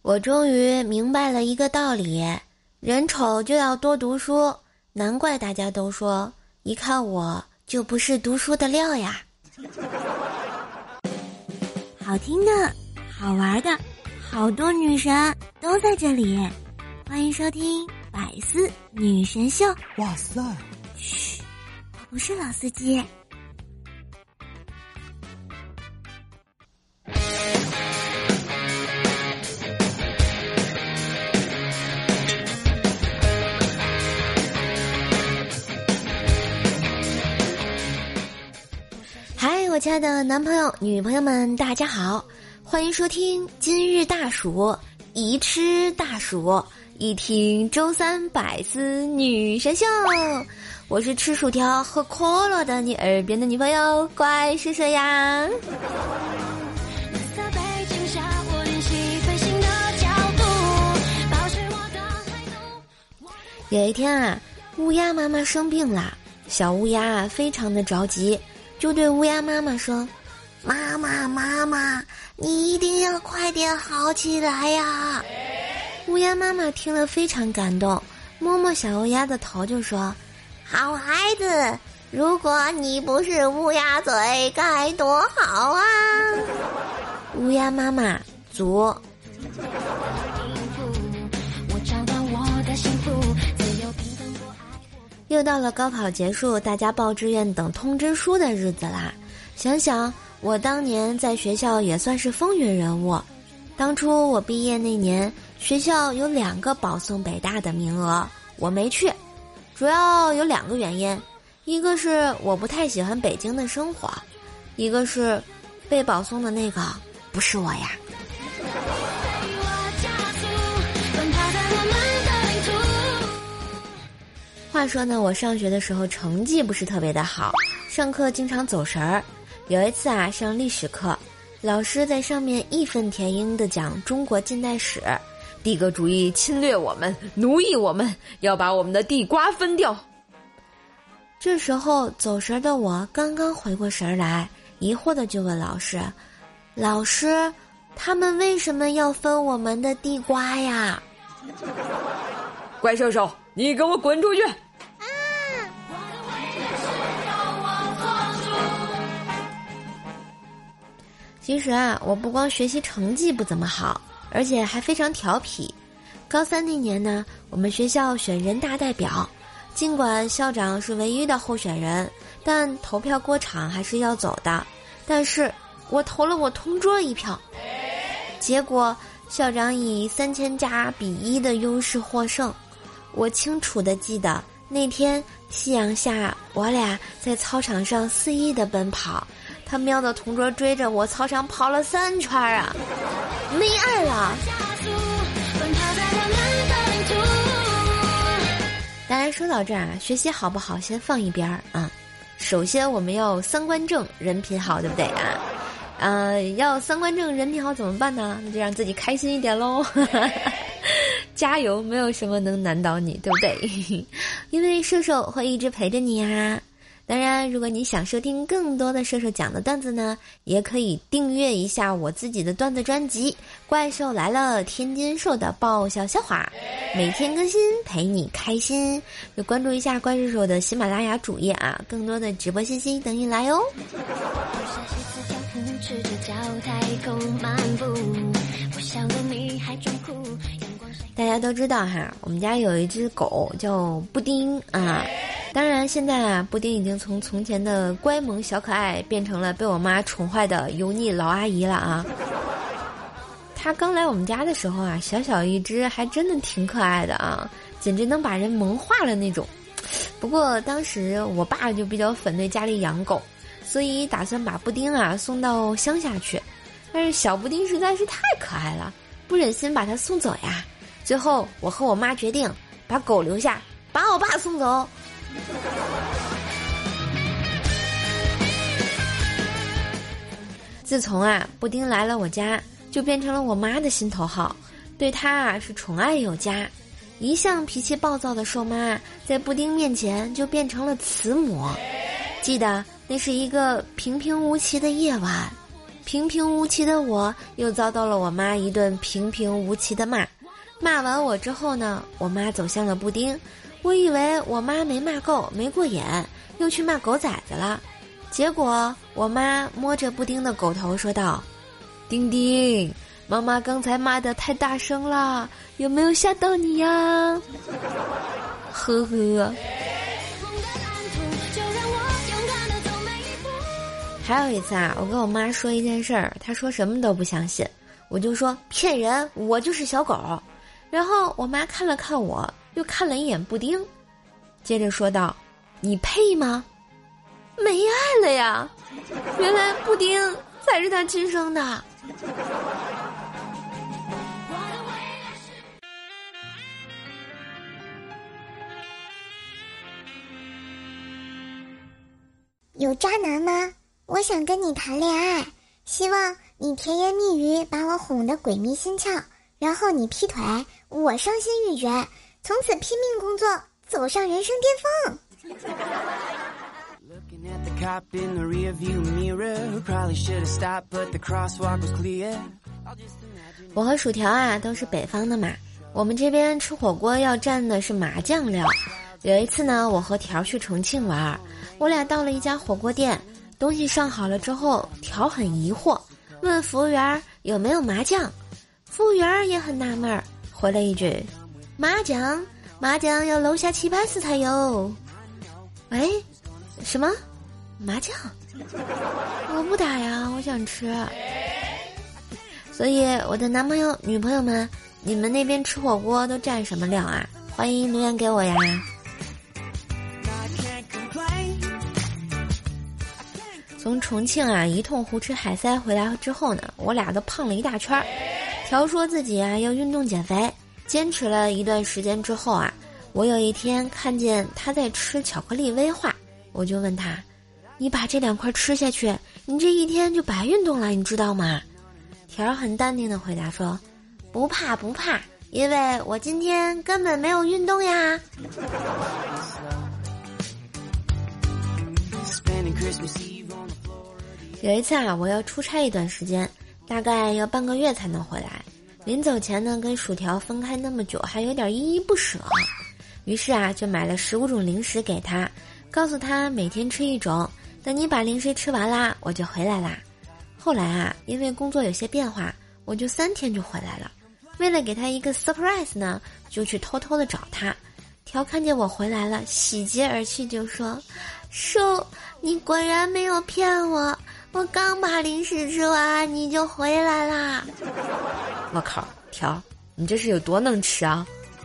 我终于明白了一个道理，人丑就要多读书，难怪大家都说，一看我就不是读书的料呀。好听的，好玩的，好多女神都在这里，欢迎收听百思女神秀。 哇塞， 嘘，我不是老司机。嗨，我亲爱的男朋友、女朋友们，大家好，欢迎收听今日大暑，一吃大暑，一听周三百思女神秀。我是吃薯条喝可乐的你耳边的女朋友怪叔叔呀。有一天啊，乌鸦妈妈生病啦，小乌鸦啊非常的着急，就对乌鸦妈妈说：妈妈，你一定要快点好起来呀。乌鸦妈妈听了非常感动，摸摸小乌鸦的头就说：好孩子，如果你不是乌鸦嘴该多好啊。乌鸦妈妈足。又到了高考结束，大家报志愿等通知书的日子啦。想想我当年在学校也算是风云人物。当初我毕业那年，学校有2个保送北大的名额，我没去，主要有2个原因，一个是我不太喜欢北京的生活，一个是被保送的那个不是我呀。话说呢，我上学的时候成绩不是特别的好，上课经常走神儿。有一次啊，上历史课，老师在上面义愤填膺地讲中国近代史，帝国主义侵略我们，奴役我们，要把我们的地瓜分掉。这时候走神的我刚刚回过神来，疑惑的就问老师：老师，他们为什么要分我们的地瓜呀？ 怪兽兽，你给我滚出去！ 其实啊，我不光学习成绩不怎么好，而且还非常调皮。高3那年呢，我们学校选人大代表，尽管校长是唯一的候选人，但投票过场还是要走的。但是我投了我同桌1票，结果校长以3000加比1的优势获胜。我清楚地记得那天夕阳下，我俩在操场上肆意地奔跑，他喵的同桌追着我操场跑了3圈啊，没爱了。当然说到这儿啊，学习好不好先放一边儿啊。首先我们要3观正，人品好，对不对啊？要3观正，人品好怎么办呢？那就让自己开心一点喽。加油，没有什么能难倒你，对不对？因为射手会一直陪着你啊。当然，如果你想收听更多的射手讲的段子呢，也可以订阅一下我自己的段子专辑《怪兽来了》，天津兽的爆笑笑话，每天更新，陪你开心。就关注一下怪兽手的喜马拉雅主页啊，更多的直播信息等你来哦。大家都知道哈，我们家有一只狗叫布丁啊。当然现在啊，布丁已经从前的乖萌小可爱变成了被我妈宠坏的油腻老阿姨了啊。她刚来我们家的时候啊，小小一只，还真的挺可爱的啊，简直能把人萌化了那种。不过当时我爸就比较反对家里养狗，所以打算把布丁啊送到乡下去，但是小布丁实在是太可爱了，不忍心把它送走呀。最后我和我妈决定把狗留下，把我爸送走。自从啊布丁来了我家，就变成了我妈的心头好，对他啊是宠爱有加。一向脾气暴躁的瘦妈在布丁面前就变成了慈母。记得那是一个平平无奇的夜晚， 平平无奇的我又遭到了我妈一顿平平无奇的骂。骂完我之后呢，我妈走向了布丁，我以为我妈没骂够，没过眼，又去骂狗崽子了。结果我妈摸着布丁的狗头说道：丁丁，妈妈刚才骂得太大声了，有没有吓到你呀？呵呵。还有一次啊，我跟我妈说一件事儿，她说什么都不相信，我就说骗人，我就是小狗。然后我妈看了看我，又看了一眼布丁，接着说道：你配吗？没爱了呀，原来布丁才是他亲生的。 有渣男吗？我想跟你谈恋爱，希望你甜言蜜语把我哄得鬼迷心窍，然后你劈腿，我伤心欲绝，从此拼命工作，走上人生巅峰。 我和薯条啊都是北方的嘛，我们这边吃火锅要蘸的是麻酱料。有一次呢，我和条去重庆玩，我俩到了一家火锅店，东西上好了之后，条很疑惑，问服务员有没有麻酱。服务员也很纳闷，回了一句：麻酱要楼下780才有。喂，什么？麻酱？我不打呀，我想吃。所以我的男朋友女朋友们，你们那边吃火锅都蘸什么料啊？欢迎留言给我呀。从重庆啊一通胡吃海塞回来之后呢，我俩都胖了一大圈。条说自己啊要运动减肥，坚持了一段时间之后啊，我有一天看见他在吃巧克力威化，我就问他：你把这2块吃下去，你这一天就白运动了，你知道吗？条很淡定地回答说：不怕，因为我今天根本没有运动呀。有一次啊，我要出差一段时间，大概要半个月才能回来。临走前呢，跟薯条分开那么久，还有点依依不舍。于是啊，就买了15种零食给他，告诉他每天吃1种，等你把零食吃完啦，我就回来啦。后来啊，因为工作有些变化，我就3天就回来了。为了给他一个 surprise 呢，就去偷偷的找他。条看见我回来了，喜极而泣，就说：叔，你果然没有骗我，我刚把零食吃完你就回来啦。 我靠，条，你这是有多能吃啊？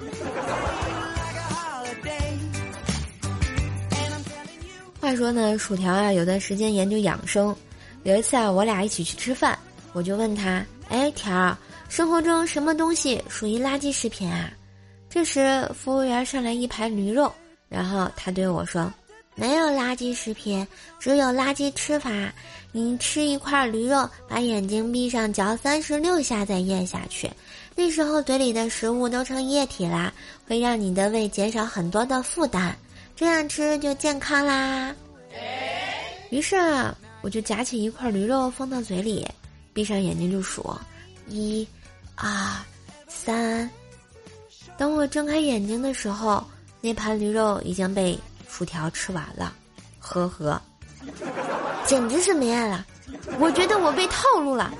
话说呢，薯条啊有段时间研究养生，有一次啊我俩一起去吃饭，我就问他：哎，条，生活中什么东西属于垃圾食品啊？这时服务员上来一盘驴肉，然后他对我说：没有垃圾食品，只有垃圾吃法。你吃一块驴肉，把眼睛闭上，嚼36下再咽下去，那时候嘴里的食物都成液体啦，会让你的胃减少很多的负担，这样吃就健康啦。于是啊，我就夹起一块驴肉放到嘴里，闭上眼睛就数1、2、3。等我睁开眼睛的时候，那盘驴肉已经被薯条吃完了，呵呵，简直是没爱了。我觉得我被套路了。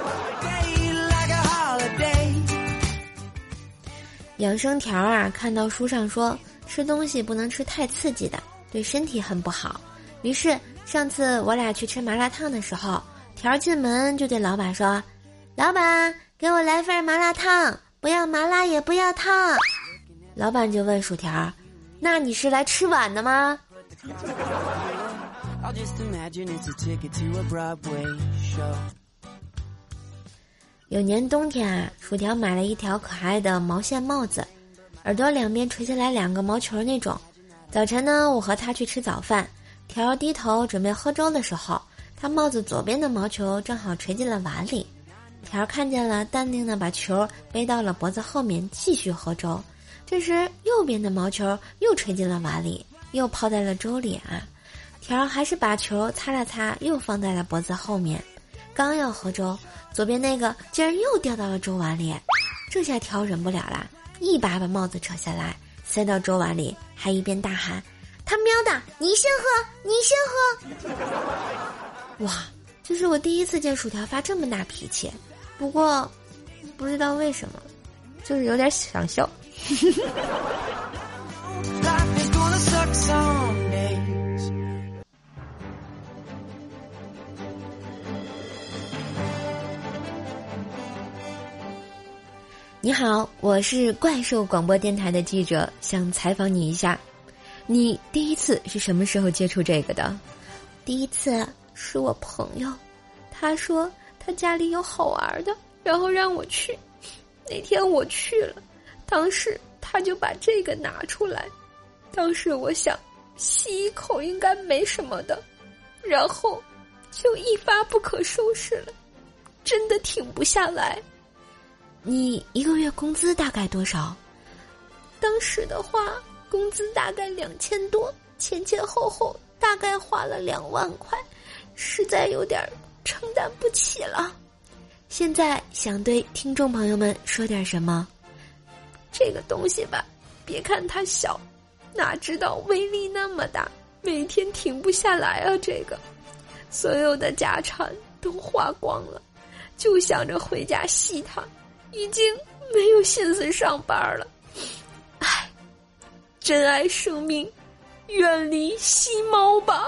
养生条啊，看到书上说吃东西不能吃太刺激的，对身体很不好。于是上次我俩去吃麻辣烫的时候，条进门就对老板说：老板，给我来份麻辣烫，不要麻辣也不要烫。老板就问薯条：那你是来吃碗的吗？有年冬天啊，薯条买了一条可爱的毛线帽子，耳朵两边垂下来2个毛球那种。早晨呢，我和他去吃早饭，条低头准备喝粥的时候，他帽子左边的毛球正好垂进了碗里。条看见了，淡定地把球背到了脖子后面继续喝粥。这时右边的毛球又垂进了碗里，又泡在了粥里啊。条还是把球擦了擦，又放在了脖子后面。 刚要喝粥，左边那个竟然又掉到了粥碗里，这下条忍不了啦，一把把帽子扯下来塞到粥碗里，还一边大喊：他喵的，你先喝，你先喝！哇，这是我第一次见薯条发这么大脾气，不过不知道为什么就是有点想笑。你好，我是怪兽广播电台的记者，想采访你一下，你第一次是什么时候接触这个的？第一次是我朋友，他说他家里有好玩的，然后让我去。那天我去了，当时他就把这个拿出来，当时我想吸一口应该没什么的，然后就一发不可收拾了，真的停不下来。你一个月工资大概多少？当时的话，工资大概2000多，前前后后大概花了2万块，实在有点承担不起了。现在想对听众朋友们说点什么？这个东西吧，别看它小，哪知道威力那么大，每天停不下来啊！这个所有的家产都花光了，就想着回家吸它，已经没有心思上班了。唉，珍爱生命，远离吸猫吧。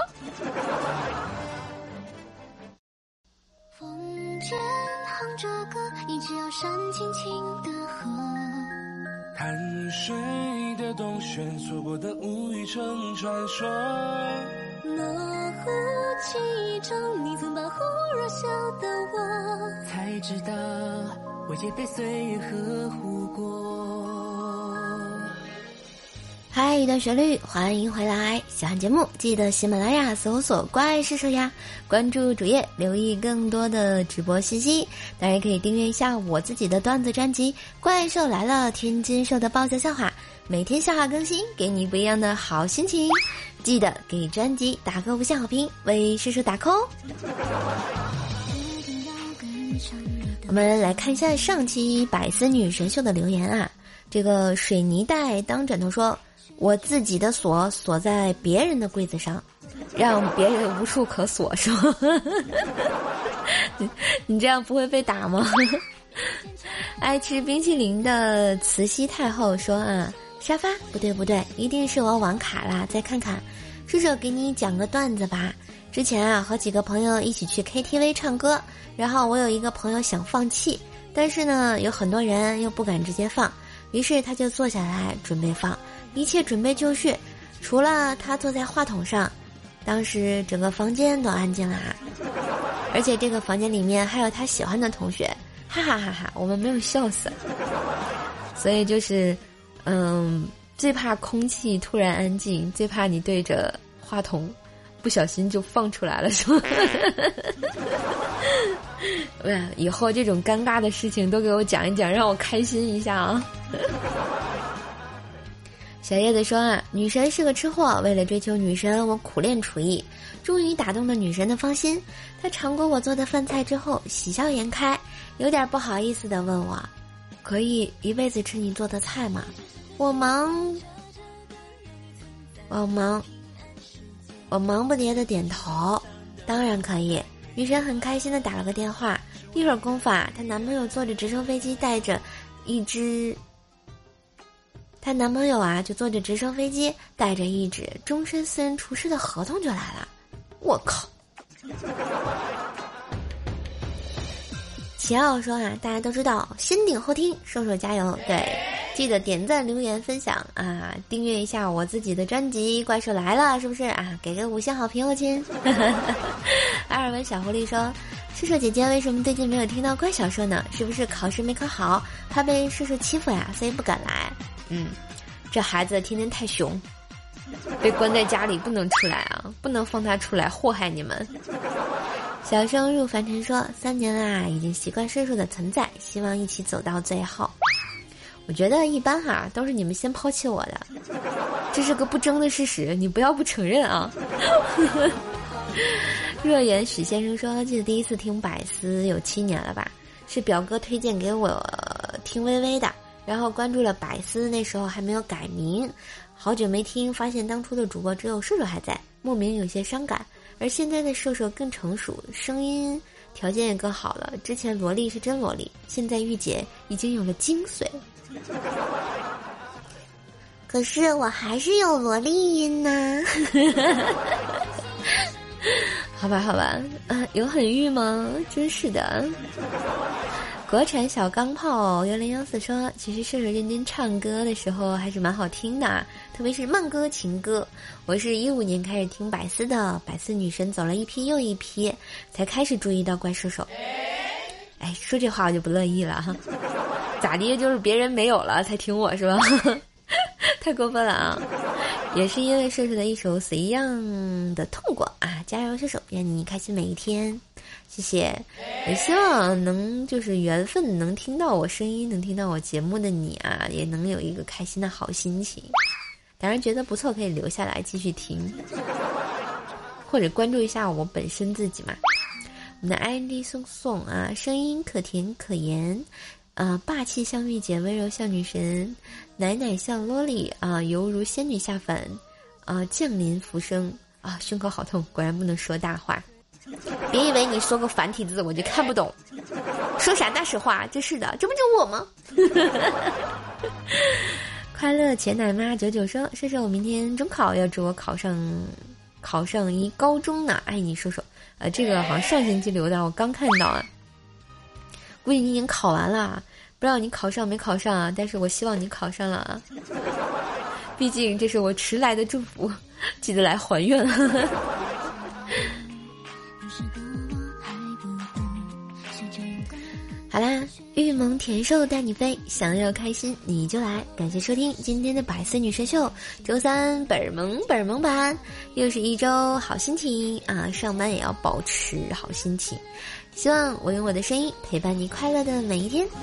风间哼着歌，一直要山轻轻的河， 看水的洞穴，错过的无语成传说。 那壶沏成你曾把忽若笑的我，才知道我也被岁月呵护过。 嗨，一段旋律，欢迎回来！喜欢节目记得喜马拉雅搜索怪兽手呀，关注主页留意更多的直播信息，当然可以订阅一下我自己的段子专辑《怪兽来了》，天津兽的爆笑笑话，每天笑话更新，给你不一样的好心情。记得给专辑打个5星好评，为叔叔打 call。我们来看一下上期百思女神秀的留言啊，这个水泥袋当枕头说，我自己的锁锁在别人的柜子上，让别人无处可锁，是吗？你这样不会被打吗？爱吃冰淇淋的慈禧太后说啊，沙发不对，一定是我网卡啦，再看看。叔叔给你讲个段子吧。之前啊，和几个朋友一起去 KTV 唱歌，然后我有一个朋友想放弃，但是呢，有很多人又不敢直接放，于是他就坐下来准备放，一切准备就绪，除了他坐在话筒上。当时整个房间都安静了啊，而且这个房间里面还有他喜欢的同学，哈哈哈哈，我们没有笑死。所以就是最怕空气突然安静，最怕你对着话筒不小心就放出来了，是吗？以后这种尴尬的事情都给我讲一讲，让我开心一下啊。小叶子说啊，女神是个吃货，为了追求女神，我苦练厨艺，终于打动了女神的芳心。她尝过我做的饭菜之后，喜笑颜开，有点不好意思地问我，可以一辈子吃你做的菜吗？我忙不迭的点头，当然可以。女神很开心的打了个电话，一会儿功夫啊，她男朋友坐着直升飞机带着一只，她男朋友啊就坐着直升飞机带着一纸终身私人厨师的合同就来了，我靠！齐奥说啊，大家都知道先顶后听，瘦瘦加油，对。记得点赞、留言、分享啊！订阅一下我自己的专辑《怪兽来了》，是不是啊？给个5星好评，我亲！阿尔文小狐狸说：“射手姐姐为什么最近没有听到怪小说呢？是不是考试没考好，怕被射手欺负呀，所以不敢来？”这孩子天天太凶，被关在家里不能出来啊，不能放他出来祸害你们。小生入凡尘说：“3年啦，已经习惯射手的存在，希望一起走到最后。”我觉得一般哈，都是你们先抛弃我的，这是个不争的事实，你不要不承认啊。 若言许先生说，记得第一次听百思有7年了吧，是表哥推荐给我听微微的，然后关注了百思，那时候还没有改名，好久没听，发现当初的主播只有瘦瘦还在，莫名有些伤感。而现在的瘦瘦更成熟，声音条件也更好了，之前萝莉是真萝莉，现在御姐已经有了精髓。 可是我还是有萝莉音呢。 好吧，有很御吗？真是的。国产小钢炮1014说，其实射手认真唱歌的时候还是蛮好听的，特别是慢歌情歌。我是15年开始听百思的，百思女神走了一批又一批，才开始注意到怪兽手。哎，说这话我就不乐意了哈，咋的？就是别人没有了才听我是吧？太过分了啊！也是因为射手的一首《死一样的痛过》啊，加油射手，愿你开心每一天。谢谢，也希望能就是缘分能听到我声音，能听到我节目的你啊，也能有一个开心的好心情。当然觉得不错可以留下来继续听，或者关注一下我本身自己嘛。我们的 ID 宋宋啊，声音可甜可盐，霸气像御姐，温柔像女神，奶奶像萝莉啊，犹如仙女下凡啊，降临浮生啊，胸口好痛，果然不能说大话。别以为你说个繁体字我就看不懂，说啥大实话，真是的，这不就我吗？快乐钱奶妈99说，射手我明天中考，要祝我考上一高中呢，爱你射手。这个好像上星期留的，我刚看到啊，估计你已经考完了，不知道你考上没考上啊，但是我希望你考上了啊，毕竟这是我迟来的祝福，记得来还愿了。好啦，玉萌甜瘦带你飞，想要开心你就来，感谢收听今天的百思女神秀，周三本萌版，又是一周好心情啊，上班也要保持好心情，希望我用我的声音陪伴你快乐的每一天。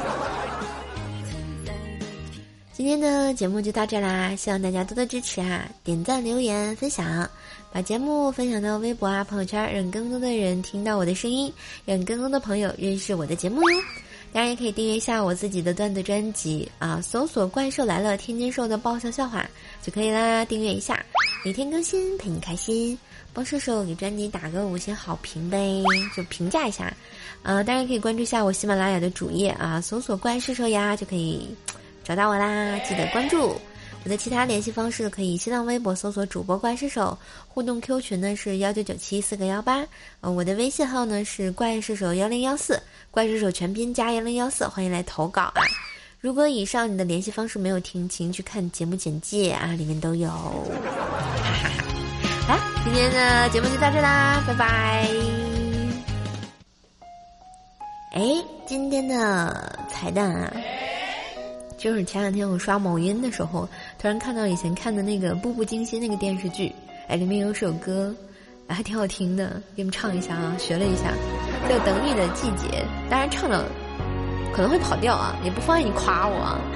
今天的节目就到这啦，希望大家多多支持啊，点赞留言分享，把节目分享到微博啊朋友圈，让更多的人听到我的声音，让更多的朋友认识我的节目哟。当然也可以订阅一下我自己的段子专辑啊，搜索怪兽来了天津兽的爆笑笑话就可以啦，订阅一下，每天更新陪你开心，帮射手给专辑打个5星好评呗，就评价一下当然可以关注一下我喜马拉雅的主页啊，搜索怪射手呀就可以找到我啦，记得关注。我的其他联系方式可以新浪微博搜索主播怪射手，互动 Q 群呢是1997-4个18，我的微信号呢是怪射手1014，怪射手全拼加1014，欢迎来投稿啊！如果以上你的联系方式没有听，请去看节目简介啊，里面都有。好，今天的节目就到这啦，拜拜。今天的彩蛋啊，就是前两天我刷某音的时候，突然看到以前看的那个《步步惊心》那个电视剧，里面有首歌，还挺好听的，给你们唱一下啊，学了一下，叫《等你的季节》，当然唱的可能会跑调啊，也不方便你夸我啊。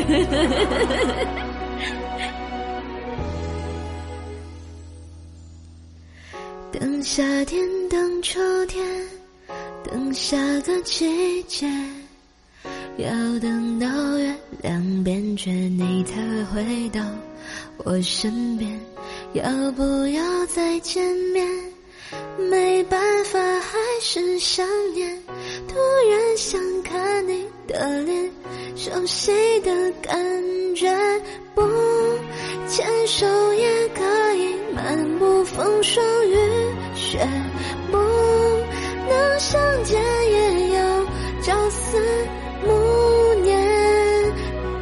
等夏天，等秋天，等下个季节，要等到月亮变缺，你才会回到我身边，要不要再见面？没办法，还是想念，突然想看你的脸，熟悉的感觉，不牵手也可以漫步风霜雨雪，不能相见也有朝思暮念，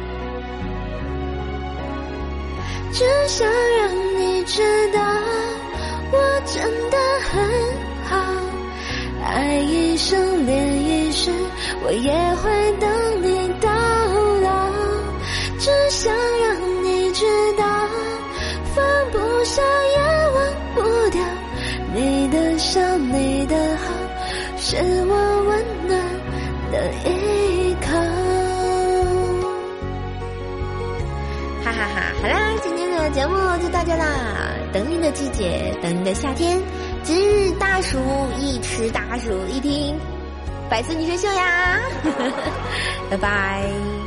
只想让你知道我真的很好，爱一生恋一世，我也会等你到老，只想让你知道放不下也忘不掉，你的笑你的好是我温暖的依靠。哈哈哈，好啦，今天的节目就到这啦，等你的季节，等你的夏天， 今日大暑，一吃大暑一听，百思女神秀呀，拜拜。